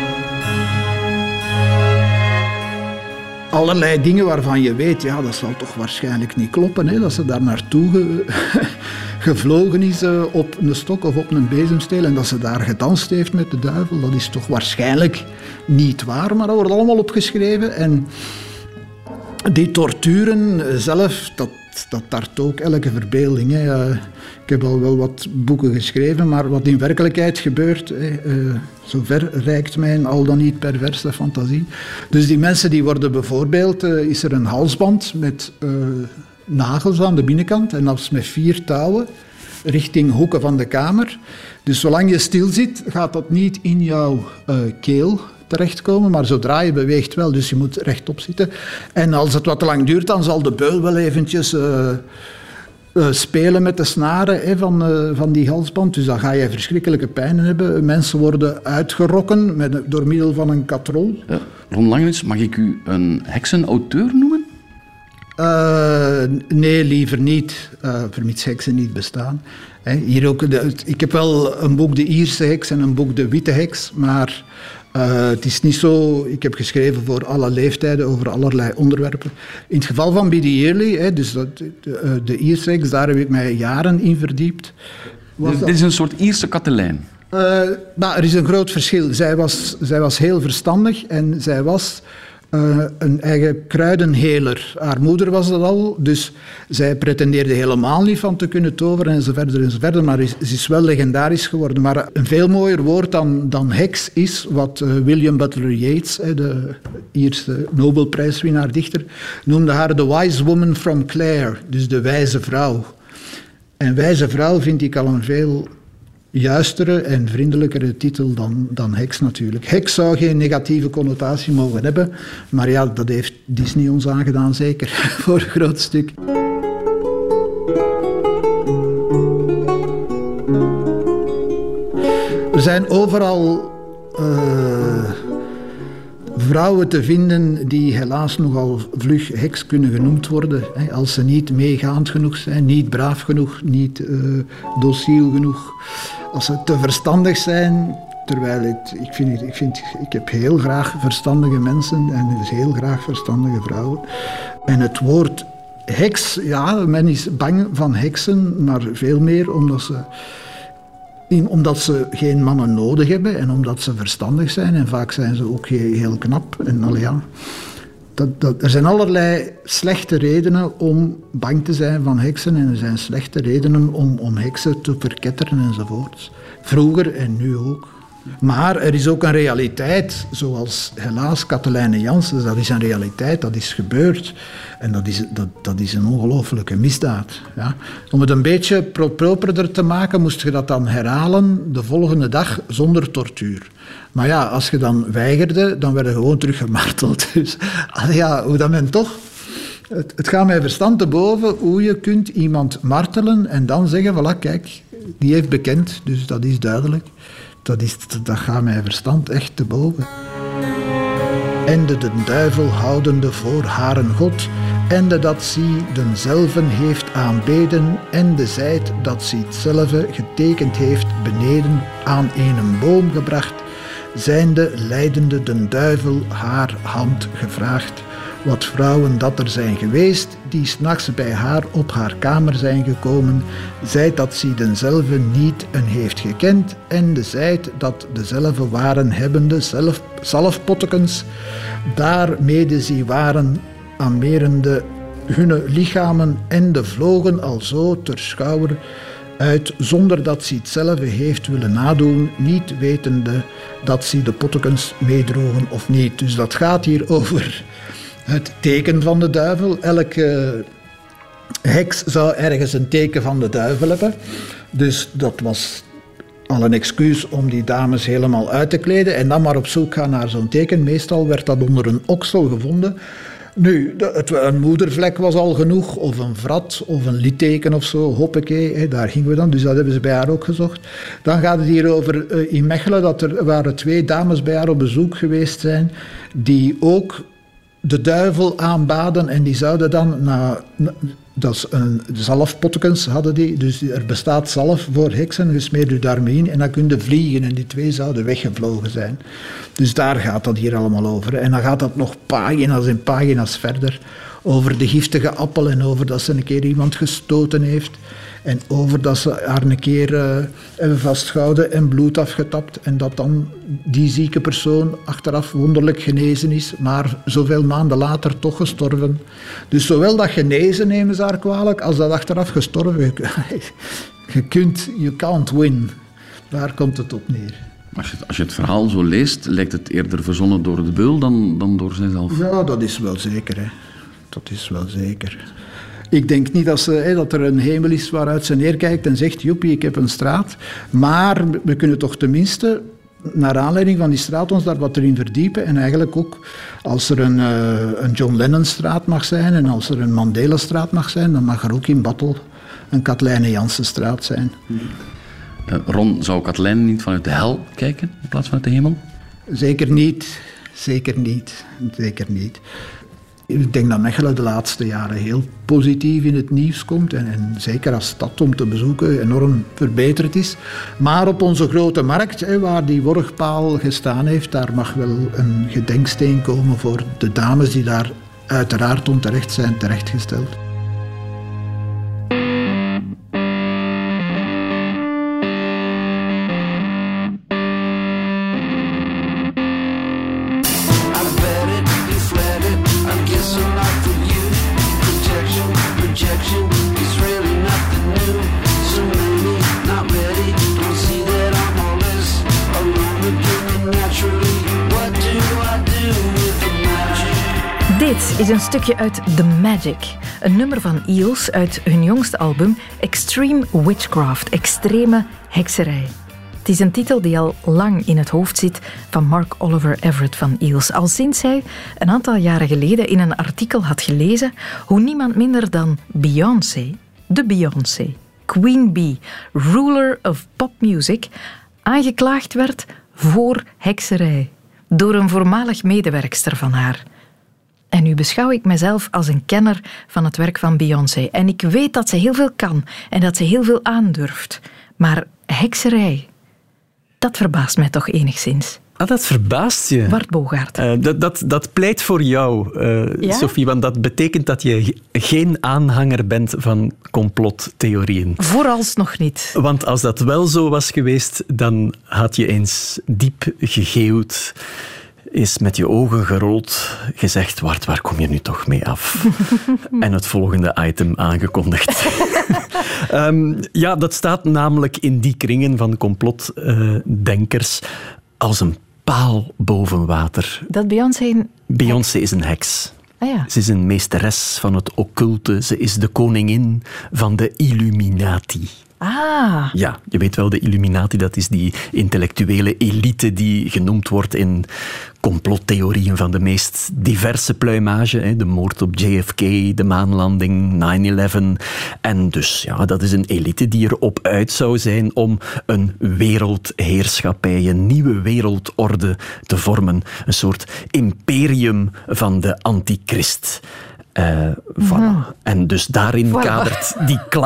Allerlei dingen waarvan je weet, ja, dat zal toch waarschijnlijk niet kloppen, hè, dat ze daar naartoe gevlogen is op een stok of op een bezemsteel en dat ze daar gedanst heeft met de duivel, dat is toch waarschijnlijk niet waar, maar dat wordt allemaal opgeschreven. En die torturen zelf, dat tart ook elke verbeelding. Hè. Ik heb al wel wat boeken geschreven, maar wat in werkelijkheid gebeurt, zover reikt mijn al dan niet perverse fantasie. Dus die mensen die worden bijvoorbeeld, is er een halsband met nagels aan de binnenkant en dat is met 4 touwen richting hoeken van de kamer. Dus zolang je stil zit, gaat dat niet in jouw keel terechtkomen, maar zodra je beweegt wel, dus je moet rechtop zitten. En als het wat te lang duurt, dan zal de beul wel eventjes spelen met de snaren van die halsband. Dus dan ga je verschrikkelijke pijn hebben. Mensen worden uitgerokken door middel van een katrol. Ron Langewies, mag ik u een heksenauteur noemen? Nee, liever niet, vermits heksen niet bestaan. Hier ook ik heb wel een boek De Ierse Heks en een boek De Witte Heks, maar het is niet zo. Ik heb geschreven voor alle leeftijden over allerlei onderwerpen. In het geval van Biddy Yearley, dus de Ierse Heks, daar heb ik mij jaren in verdiept. Dit is een soort Ierse katelijn. Maar er is een groot verschil. Zij was heel verstandig en zij was een eigen kruidenheler. Haar moeder was dat al, dus zij pretendeerde helemaal niet van te kunnen toveren en zo verder, maar ze is wel legendarisch geworden. Maar een veel mooier woord dan heks is wat William Butler Yeats, de Ierse Nobelprijswinnaar dichter, noemde haar the wise woman from Clare, dus de wijze vrouw. En wijze vrouw vind ik al een veel juistere en vriendelijkere titel dan heks natuurlijk. Heks zou geen negatieve connotatie mogen hebben, maar ja, dat heeft Disney ons aangedaan, zeker, voor een groot stuk. Er zijn overal vrouwen te vinden die helaas nogal vlug heks kunnen genoemd worden, als ze niet meegaand genoeg zijn, niet braaf genoeg, niet dociel genoeg. Als ze te verstandig zijn, terwijl ik heb heel graag verstandige mensen en dus heel graag verstandige vrouwen. En het woord heks, ja, men is bang van heksen, maar veel meer omdat ze geen mannen nodig hebben en omdat ze verstandig zijn en vaak zijn ze ook heel knap. En er zijn allerlei slechte redenen om bang te zijn van heksen en er zijn slechte redenen om heksen te verketteren enzovoort. Vroeger en nu ook. Maar er is ook een realiteit, zoals helaas Katelijne Janssens, dat is een realiteit, dat is gebeurd. En dat is een ongelofelijke misdaad. Ja. Om het een beetje properder te maken, moest je dat dan herhalen de volgende dag zonder tortuur. Maar ja, als je dan weigerde, dan werd je gewoon teruggemarteld. Dus ja, hoe dat men toch... Het gaat mij verstand te boven hoe je kunt iemand martelen en dan zeggen, voilà, kijk, die heeft bekend, dus dat is duidelijk. Dat gaat mij verstand echt te boven. Ende den duivel houdende voor haren God, ende dat zij denzelven heeft aanbeden, ende zijt dat zij hetzelfde getekend heeft beneden aan een boom gebracht, zijnde leidende den duivel haar hand gevraagd. Wat vrouwen dat er zijn geweest, die 's nachts bij haar op haar kamer zijn gekomen, zijt dat zij denzelve niet en heeft gekend, en de zijt dat dezelve waren hebbende zalfpottekens, daarmede zij waren aanmerende hunne lichamen en de vlogen alzo ter schouwer uit, zonder dat zij hetzelfde heeft willen nadoen, niet wetende dat zij de pottekens meedroegen of niet. Dus dat gaat hier over het teken van de duivel. Elke heks zou ergens een teken van de duivel hebben. Dus dat was al een excuus om die dames helemaal uit te kleden en dan maar op zoek gaan naar zo'n teken. Meestal werd dat onder een oksel gevonden. Nu, een moedervlek was al genoeg, of een vrat, of een litteken of zo, hoppakee, daar gingen we dan. Dus dat hebben ze bij haar ook gezocht. Dan gaat het hier over in Mechelen, dat er waren 2 dames bij haar op bezoek geweest zijn, die ook de duivel aanbaden en die zouden dan, dat is een zalfpottekens hadden die, dus er bestaat zalf voor heksen, je smeert u daarmee in en dan kun je vliegen en die 2 zouden weggevlogen zijn. Dus daar gaat dat hier allemaal over. En dan gaat dat nog pagina's en pagina's verder over de giftige appel en over dat ze een keer iemand gestoten heeft en over dat ze haar een keer hebben vastgehouden en bloed afgetapt en dat dan die zieke persoon achteraf wonderlijk genezen is, maar zoveel maanden later toch gestorven. Dus zowel dat genezen nemen ze haar kwalijk, als dat achteraf gestorven. You can't win. Daar komt het op neer. Als je het verhaal zo leest, lijkt het eerder verzonnen door de beul dan door zijzelf. Ja, dat is wel zeker. Hè. Dat is wel zeker. Ik denk niet dat er een hemel is waaruit ze neerkijkt en zegt, joepie, ik heb een straat. Maar we kunnen toch tenminste, naar aanleiding van die straat, ons daar wat erin verdiepen. En eigenlijk ook, als er een John Lennon-straat mag zijn en als er een Mandela-straat mag zijn, dan mag er ook in Battle een Katelijne Jansen-straat zijn. Ron, zou Katelijne niet vanuit de hel kijken in plaats van uit de hemel? Zeker niet. Zeker niet. Zeker niet. Ik denk dat Mechelen de laatste jaren heel positief in het nieuws komt. En zeker als stad om te bezoeken enorm verbeterd is. Maar op onze grote markt, waar die worgpaal gestaan heeft, daar mag wel een gedenksteen komen voor de dames die daar uiteraard onterecht zijn terechtgesteld. Dit is een stukje uit The Magic, een nummer van Eels uit hun jongste album Extreme Witchcraft, extreme hekserij. Het is een titel die al lang in het hoofd zit van Mark Oliver Everett van Eels. Al sinds hij een aantal jaren geleden in een artikel had gelezen hoe niemand minder dan Beyoncé, de Beyoncé, Queen Bee, ruler of popmusic, aangeklaagd werd voor hekserij door een voormalig medewerkster van haar. En nu beschouw ik mezelf als een kenner van het werk van Beyoncé. En ik weet dat ze heel veel kan en dat ze heel veel aandurft. Maar hekserij, dat verbaast mij toch enigszins. Ah, dat verbaast je. Bart Bogaert. Dat pleit voor jou, Ja? Sophie, want dat betekent dat je geen aanhanger bent van complottheorieën. Vooralsnog niet. Want als dat wel zo was geweest, dan had je eens diep gegeeuwd, is met je ogen gerold, gezegd, Bart, waar kom je nu toch mee af? En het volgende item aangekondigd. Ja, dat staat namelijk in die kringen van complotdenkers als een paal boven water. Dat Beyoncé... Beyoncé is een heks. Ah ja. Ze is een meesteres van het occulte. Ze is de koningin van de Illuminati. Ah. Ja, je weet wel, de Illuminati, dat is die intellectuele elite die genoemd wordt in complottheorieën van de meest diverse pluimage. De moord op JFK, de maanlanding, 9/11. En dus, ja, dat is een elite die erop uit zou zijn om een wereldheerschappij, een nieuwe wereldorde te vormen. Een soort imperium van de antichrist. Voilà. En dus daarin kadert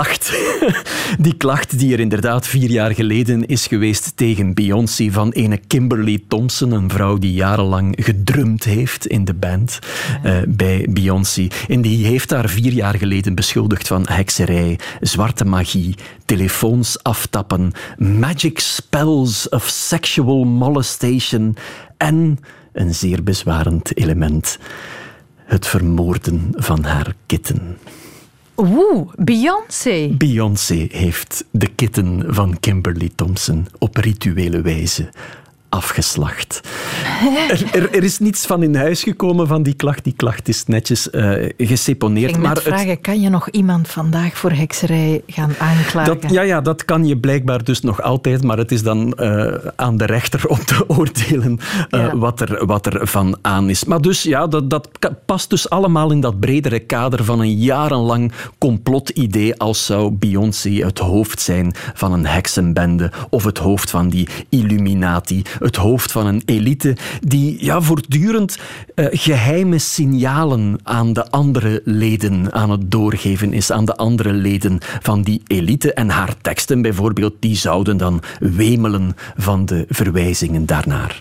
die klacht die er inderdaad 4 jaar geleden is geweest tegen Beyoncé van ene Kimberly Thompson, een vrouw die jarenlang gedrumd heeft in de band bij Beyoncé. En die heeft haar 4 jaar geleden beschuldigd van hekserij, zwarte magie, telefoons aftappen, magic spells of sexual molestation en een zeer bezwarend element: het vermoorden van haar kitten. Oeh, Beyoncé. Beyoncé heeft de kitten van Kimberly Thompson op rituele wijze afgeslacht. Er is niets van in huis gekomen van die klacht. Die klacht is netjes geseponeerd. Ik moet vragen, kan je nog iemand vandaag voor hekserij gaan aanklagen? Dat kan je blijkbaar dus nog altijd, maar het is dan aan de rechter om te oordelen wat er van aan is. Maar dus ja, dat past dus allemaal in dat bredere kader van een jarenlang complotidee, als zou Beyoncé het hoofd zijn van een heksenbende of het hoofd van die Illuminati, het hoofd van een elite die voortdurend geheime signalen aan de andere leden aan het doorgeven is, aan de andere leden van die elite. En haar teksten bijvoorbeeld, die zouden dan wemelen van de verwijzingen daarnaar.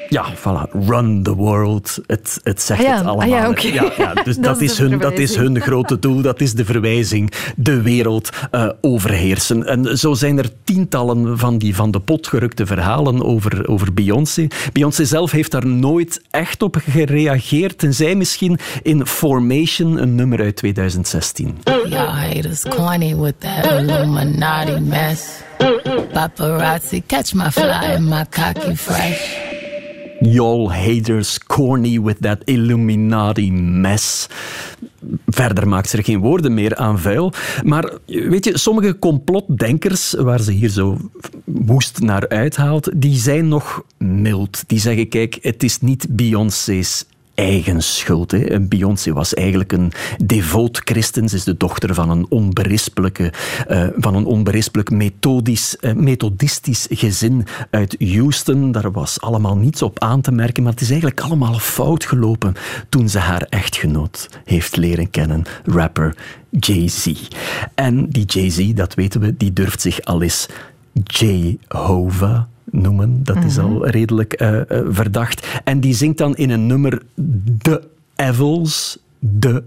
Ja, voilà. Run the world. Het zegt het allemaal. Okay. Dus dat is hun grote doel. Dat is de verwijzing. De wereld overheersen. En zo zijn er tientallen van de pot gerukte verhalen over Beyoncé. Beyoncé zelf heeft daar nooit echt op gereageerd. Tenzij misschien in Formation, een nummer uit 2016. Y'all haters corny with that Illuminati mess. Paparazzi, catch my fly and my cocky fresh. Y'all haters corny with that Illuminati mess. Verder maakt ze er geen woorden meer aan vuil. Maar weet je, sommige complotdenkers, waar ze hier zo woest naar uithaalt, die zijn nog mild. Die zeggen, kijk, het is niet Beyoncé's eigen schuld. Hè. Beyoncé was eigenlijk een devoot christen. Ze is de dochter van een onberispelijk methodistisch gezin uit Houston. Daar was allemaal niets op aan te merken, maar het is eigenlijk allemaal fout gelopen toen ze haar echtgenoot heeft leren kennen, rapper Jay-Z. En die Jay-Z, dat weten we, die durft zich al eens Jehovah noemen. Dat is al redelijk verdacht. En die zingt dan in een nummer The Evils, The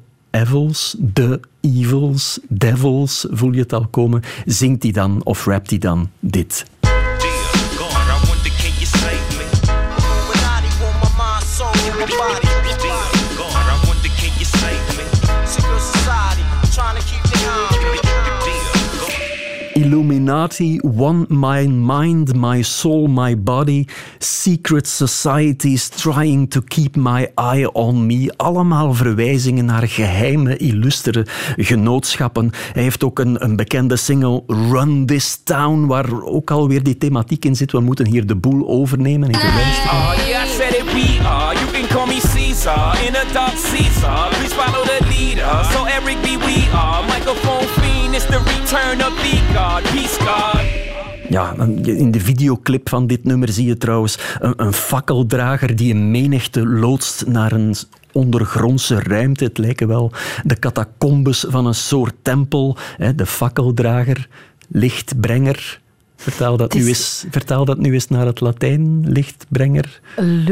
Evils, Devils, voel je het al komen? Zingt hij dan of rapt hij dan dit? Illuminati, one my mind, my soul, my body, secret societies trying to keep my eye on me. Allemaal verwijzingen naar geheime, illustere genootschappen. Hij heeft ook een bekende single, Run This Town, waar ook alweer die thematiek in zit. We moeten hier de boel overnemen. Oh yeah, I said it, we are. You can call me Caesar, in a dark Caesar. Please follow the leader. So Eric B, we are. Microphone fiend, it's the return of the God. Peace God. Ja, in de videoclip van dit nummer zie je trouwens een fakkeldrager die een menigte loodst naar een ondergrondse ruimte. Het lijken wel de catacombes van een soort tempel. De fakkeldrager, lichtbrenger. Vertaal dat nu eens naar het Latijn. Lichtbrenger.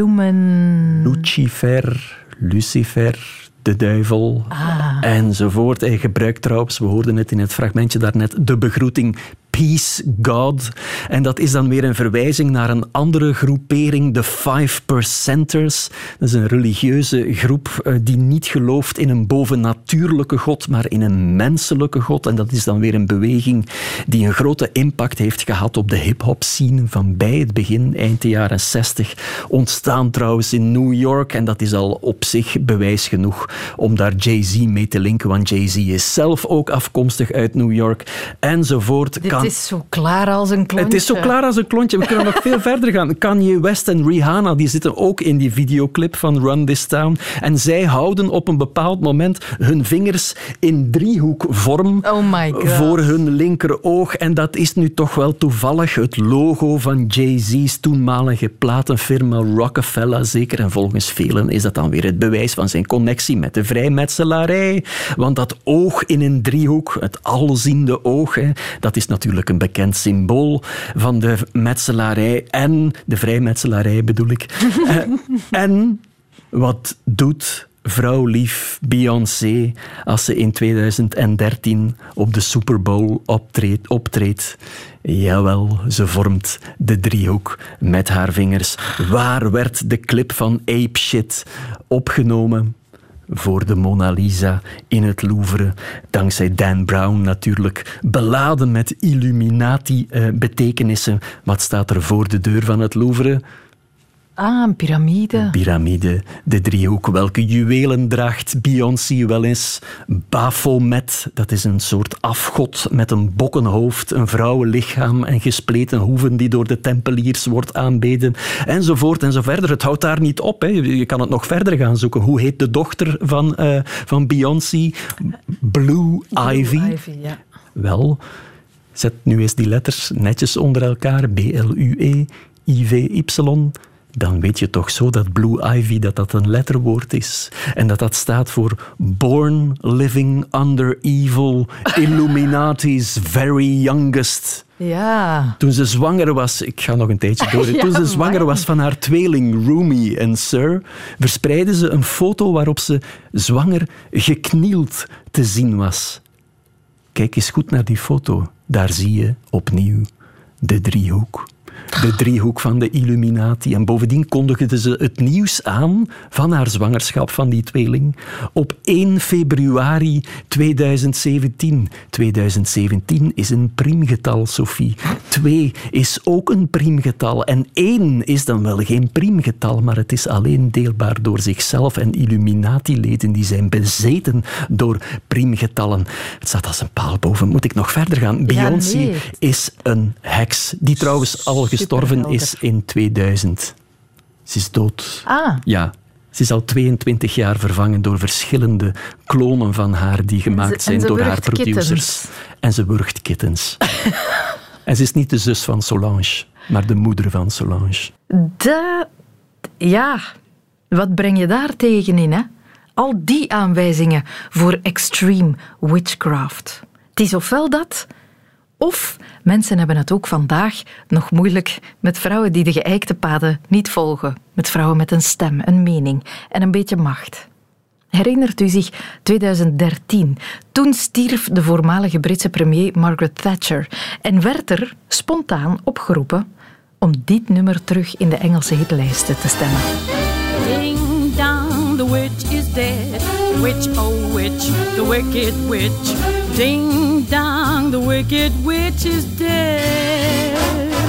Lucifer, de duivel, enzovoort. Hij gebruikt trouwens, we hoorden het in het fragmentje daarnet, de begroeting Peace God. En dat is dan weer een verwijzing naar een andere groepering, de 5%ers. Dat is een religieuze groep die niet gelooft in een bovennatuurlijke God, maar in een menselijke God. En dat is dan weer een beweging die een grote impact heeft gehad op de hip-hop scene van bij het begin, eind de jaren 60. Ontstaan trouwens in New York. En dat is al op zich bewijs genoeg om daar Jay-Z mee te linken, want Jay-Z is zelf ook afkomstig uit New York, enzovoort. Het is zo klaar als een klontje. Het is zo klaar als een klontje. We kunnen nog veel verder gaan. Kanye West en Rihanna die zitten ook in die videoclip van Run This Town. En zij houden op een bepaald moment hun vingers in driehoekvorm voor hun linkeroog. En dat is nu toch wel toevallig het logo van Jay-Z's toenmalige platenfirma Rockefeller. Zeker, en volgens velen is dat dan weer het bewijs van zijn connectie met de vrijmetselarij. Want dat oog in een driehoek, het alziende oog, dat is natuurlijk een bekend symbool van de metselarij en de vrijmetselarij bedoel ik. En wat doet vrouwlief Beyoncé als ze in 2013 op de Super Bowl optreedt? Jawel, ze vormt de driehoek met haar vingers. Waar werd de clip van Ape Shit opgenomen? Voor de Mona Lisa in het Louvre. Dankzij Dan Brown natuurlijk. Beladen met Illuminati-betekenissen. Wat staat er voor de deur van het Louvre? Een piramide. Een piramide, de driehoek. Welke juwelen draagt Beyoncé wel eens? Baphomet, dat is een soort afgod met een bokkenhoofd, een vrouwenlichaam en gespleten hoeven die door de tempeliers wordt aanbeden. Enzovoort en zo verder. Het houdt daar niet op. Hè. Je kan het nog verder gaan zoeken. Hoe heet de dochter van Beyoncé? Blue Ivy. Ja. Wel, zet nu eens die letters netjes onder elkaar. B-L-U-E, I-V-Y. dan weet je toch zo dat Blue Ivy dat een letterwoord is. En dat staat voor Born Living Under Evil Illuminati's Very Youngest. Ja. Toen ze zwanger was, ik ga nog een tijdje door, toen ze zwanger was van haar tweeling Rumi en Sir, verspreidde ze een foto waarop ze zwanger geknield te zien was. Kijk eens goed naar die foto. Daar zie je opnieuw de driehoek. De driehoek van de Illuminati. En bovendien kondigde ze het nieuws aan van haar zwangerschap van die tweeling op 1 februari 2017. 2017 is een priemgetal, Sophie. 2 is ook een priemgetal. En 1 is dan wel geen priemgetal, maar het is alleen deelbaar door zichzelf. En Illuminati-leden die zijn bezeten door priemgetallen. Het staat als een paal boven. Moet ik nog verder gaan? Beyoncé is een heks, die trouwens al gestorven is in 2000. Ze is dood. Ja. Ze is al 22 jaar vervangen door verschillende klonen van haar die gemaakt zijn door haar producers. Kittens. En ze wurgt kittens. En ze is niet de zus van Solange, maar de moeder van Solange. Ja, wat breng je daar tegen in, hè? Al die aanwijzingen voor extreme witchcraft. Het is ofwel dat, of mensen hebben het ook vandaag nog moeilijk met vrouwen die de geëikte paden niet volgen. Met vrouwen met een stem, een mening en een beetje macht. Herinnert u zich 2013? Toen stierf de voormalige Britse premier Margaret Thatcher en werd er spontaan opgeroepen om dit nummer terug in de Engelse hitlijsten te stemmen. Ding dong, the witch is dead. Witch, oh witch, the wicked witch. Ding dong, the wicked witch is dead.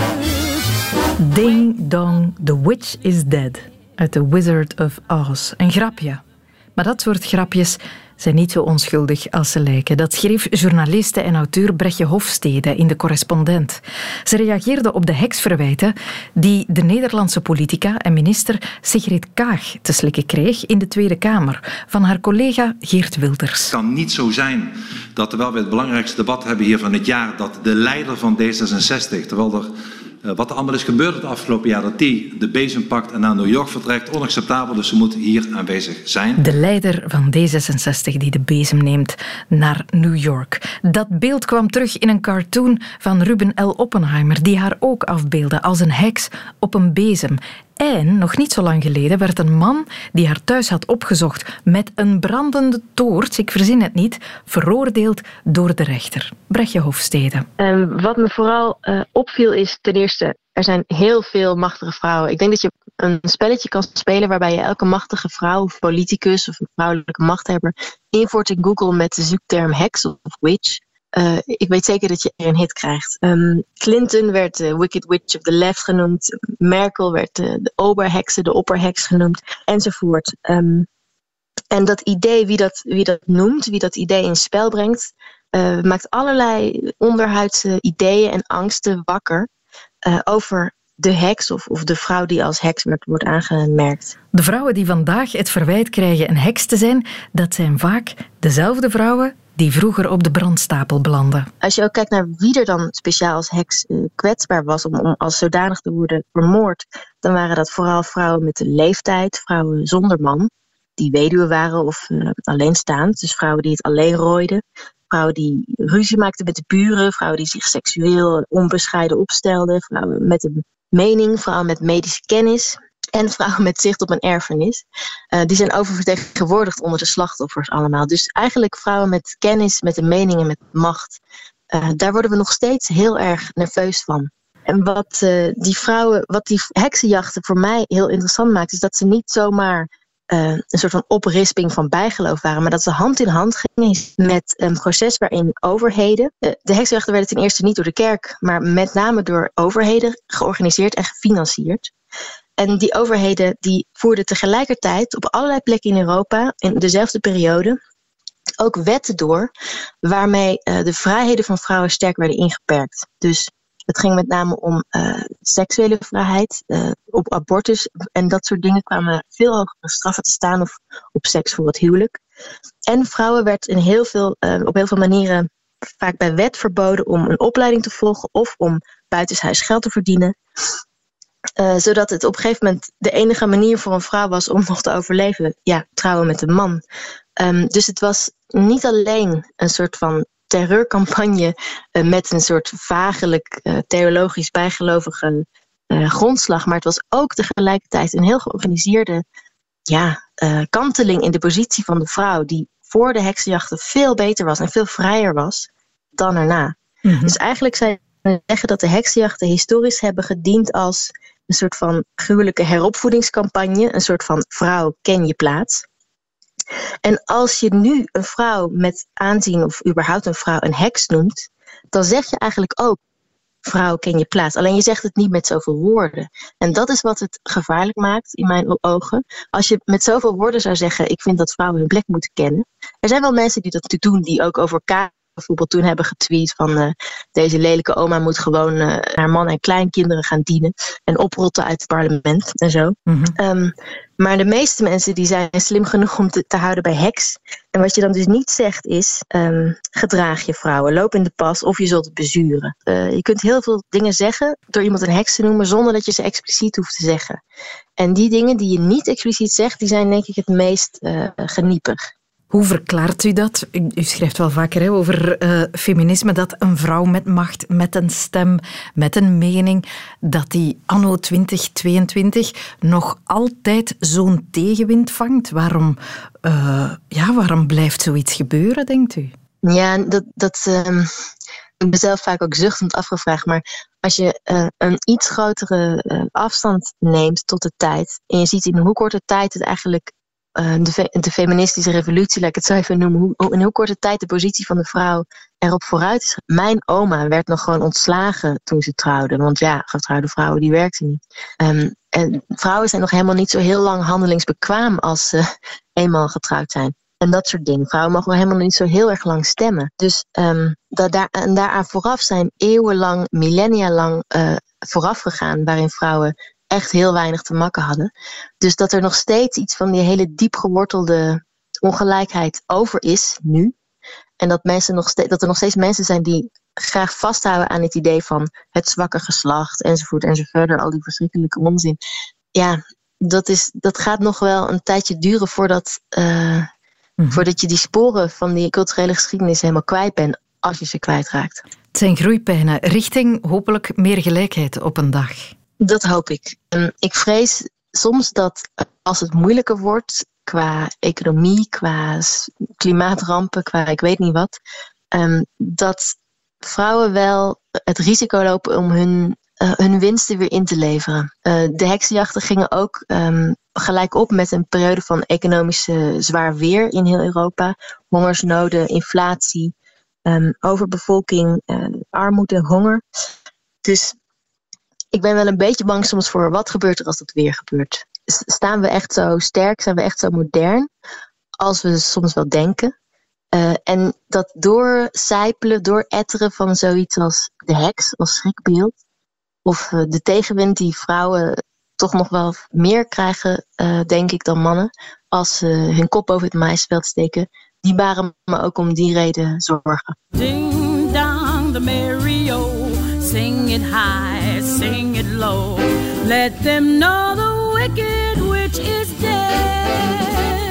Ding dong, the witch is dead. Uit The Wizard of Oz. Een grapje. Maar dat soort grapjes zijn niet zo onschuldig als ze lijken. Dat schreef journaliste en auteur Brechtje Hofstede in De Correspondent. Ze reageerde op de heksverwijten die de Nederlandse politica en minister Sigrid Kaag te slikken kreeg in de Tweede Kamer van haar collega Geert Wilders. Het kan niet zo zijn dat terwijl we het belangrijkste debat hebben hier van het jaar, dat de leider van D66, terwijl er wat er allemaal is gebeurd het afgelopen jaar, dat die de bezem pakt en naar New York vertrekt, onacceptabel, dus ze moet hier aanwezig zijn. De leider van D66 die de bezem neemt naar New York. Dat beeld kwam terug in een cartoon van Ruben L. Oppenheimer, die haar ook afbeeldde als een heks op een bezem. En nog niet zo lang geleden werd een man die haar thuis had opgezocht met een brandende toorts, ik verzin het niet, veroordeeld door de rechter. Brechtje Hofstede. Wat me vooral opviel is ten eerste, er zijn heel veel machtige vrouwen. Ik denk dat je een spelletje kan spelen waarbij je elke machtige vrouw of politicus of een vrouwelijke machthebber invoert in Google met de zoekterm heks of witch. Ik weet zeker dat je er een hit krijgt. Clinton werd de Wicked Witch of the Left genoemd. Merkel werd de Oberhexe, de opperheks genoemd. Enzovoort. En dat idee, wie dat noemt, wie dat idee in spel brengt, maakt allerlei onderhuidse ideeën en angsten wakker over de heks of de vrouw die als heks wordt aangemerkt. De vrouwen die vandaag het verwijt krijgen een heks te zijn, dat zijn vaak dezelfde vrouwen die vroeger op de brandstapel belanden. Als je ook kijkt naar wie er dan speciaal als heks kwetsbaar was om als zodanig te worden vermoord, dan waren dat vooral vrouwen met een leeftijd, vrouwen zonder man, die weduwe waren of alleenstaand. Dus vrouwen die het alleen rooiden, vrouwen die ruzie maakten met de buren, vrouwen die zich seksueel onbescheiden opstelden, vrouwen met een mening, vrouwen met medische kennis en vrouwen met zicht op een erfenis. Die zijn oververtegenwoordigd onder de slachtoffers allemaal. Dus eigenlijk vrouwen met kennis, met een mening en met macht. Daar worden we nog steeds heel erg nerveus van. En wat die heksenjachten voor mij heel interessant maakt, is dat ze niet zomaar een soort van oprisping van bijgeloof waren, maar dat ze hand in hand gingen met een proces waarin overheden, de heksenjachten werden ten eerste niet door de kerk, maar met name door overheden georganiseerd en gefinancierd. En die overheden die voerden tegelijkertijd op allerlei plekken in Europa in dezelfde periode ook wetten door waarmee de vrijheden van vrouwen sterk werden ingeperkt. Dus het ging met name om seksuele vrijheid, op abortus en dat soort dingen kwamen veel hogere straffen te staan of op seks voor het huwelijk. En vrouwen werd op heel veel manieren vaak bij wet verboden om een opleiding te volgen of om buitenshuis geld te verdienen. Zodat het op een gegeven moment de enige manier voor een vrouw was om nog te overleven. Ja, trouwen met een man. Dus het was niet alleen een soort van terreurcampagne met een soort vagelijk theologisch bijgelovige grondslag. Maar het was ook tegelijkertijd een heel georganiseerde kanteling in de positie van de vrouw. Die voor de heksenjachten veel beter was en veel vrijer was dan erna. Mm-hmm. Dus eigenlijk zou je zeggen dat de heksenjachten historisch hebben gediend als een soort van gruwelijke heropvoedingscampagne. Een soort van vrouw, ken je plaats. En als je nu een vrouw met aanzien of überhaupt een vrouw een heks noemt, dan zeg je eigenlijk ook vrouw, ken je plaats. Alleen je zegt het niet met zoveel woorden. En dat is wat het gevaarlijk maakt in mijn ogen. Als je met zoveel woorden zou zeggen, ik vind dat vrouwen hun plek moeten kennen. Er zijn wel mensen die dat natuurlijk doen, die ook over elkaar bijvoorbeeld toen hebben getweet van deze lelijke oma moet gewoon haar man en kleinkinderen gaan dienen en oprotten uit het parlement en zo. Mm-hmm. Maar de meeste mensen die zijn slim genoeg om te houden bij heks. En wat je dan dus niet zegt is, gedraag je vrouwen, loop in de pas of je zult het bezuren. Je kunt heel veel dingen zeggen door iemand een heks te noemen zonder dat je ze expliciet hoeft te zeggen. En die dingen die je niet expliciet zegt, die zijn denk ik het meest geniepig. Hoe verklaart u dat? U schrijft wel vaker over feminisme, dat een vrouw met macht, met een stem, met een mening, dat die anno 2022 nog altijd zo'n tegenwind vangt. Waarom blijft zoiets gebeuren, denkt u? Ja, ik ben zelf vaak ook zuchtend afgevraagd, maar als je een iets grotere afstand neemt tot de tijd en je ziet in hoe korte tijd het eigenlijk de feministische revolutie, laat ik het zo even noemen, in hoe korte tijd de positie van de vrouw erop vooruit is. Mijn oma werd nog gewoon ontslagen toen ze trouwde, want ja, getrouwde vrouwen die werkten niet. En vrouwen zijn nog helemaal niet zo heel lang handelingsbekwaam als ze eenmaal getrouwd zijn. En dat soort dingen. Vrouwen mogen nog helemaal niet zo heel erg lang stemmen. Dus daaraan vooraf zijn eeuwenlang, millennia lang vooraf gegaan, waarin vrouwen echt heel weinig te makken hadden. Dus dat er nog steeds iets van die hele diep gewortelde ongelijkheid over is nu. En dat er nog steeds mensen zijn die graag vasthouden aan het idee van het zwakke geslacht enzovoort enzovoort. Al die verschrikkelijke onzin. Ja, dat gaat nog wel een tijdje duren voordat je die sporen van die culturele geschiedenis helemaal kwijt bent, als je ze kwijtraakt. Het zijn groeipijnen richting hopelijk meer gelijkheid op een dag. Dat hoop ik. Ik vrees soms dat als het moeilijker wordt qua economie, qua klimaatrampen, qua ik weet niet wat, dat vrouwen wel het risico lopen om hun winsten weer in te leveren. De heksenjachten gingen ook gelijk op met een periode van economische zwaar weer in heel Europa. Hongersnoden, inflatie, overbevolking, armoede, honger. Dus ik ben wel een beetje bang soms voor wat gebeurt er als dat weer gebeurt. Staan we echt zo sterk, zijn we echt zo modern als we soms wel denken. En dat doorcijpelen, dooretteren van zoiets als de heks, als schrikbeeld. Of de tegenwind die vrouwen toch nog wel meer krijgen, denk ik, dan mannen. Als ze hun kop boven het maïsveld steken. Die baren me ook om die reden zorgen. Ding dong the merry-o, sing it high, sing it low. Let them know the wicked witch is dead.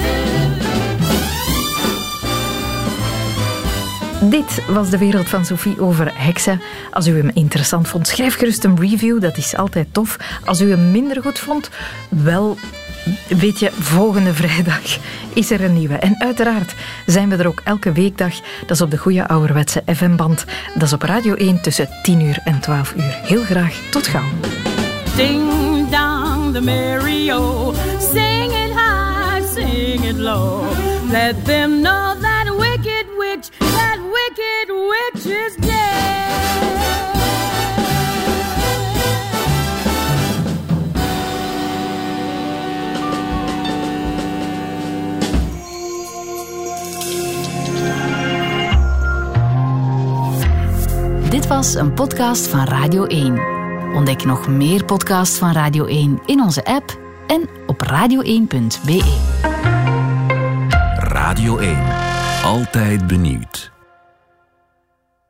Dit was de wereld van Sophie over heksen. Als u hem interessant vond, schrijf gerust een review. Dat is altijd tof. Als u hem minder goed vond, wel, weet je, volgende vrijdag is er een nieuwe. En uiteraard zijn we er ook elke weekdag. Dat is op de goede ouderwetse FM-band. Dat is op Radio 1 tussen 10 uur en 12 uur. Heel graag, tot gauw. Ding dong the merry-o, sing it high, sing it low. Let them know that wicked witch is dead. Dit was een podcast van Radio 1. Ontdek nog meer podcasts van Radio 1 in onze app en op radio1.be. Radio 1. Altijd benieuwd.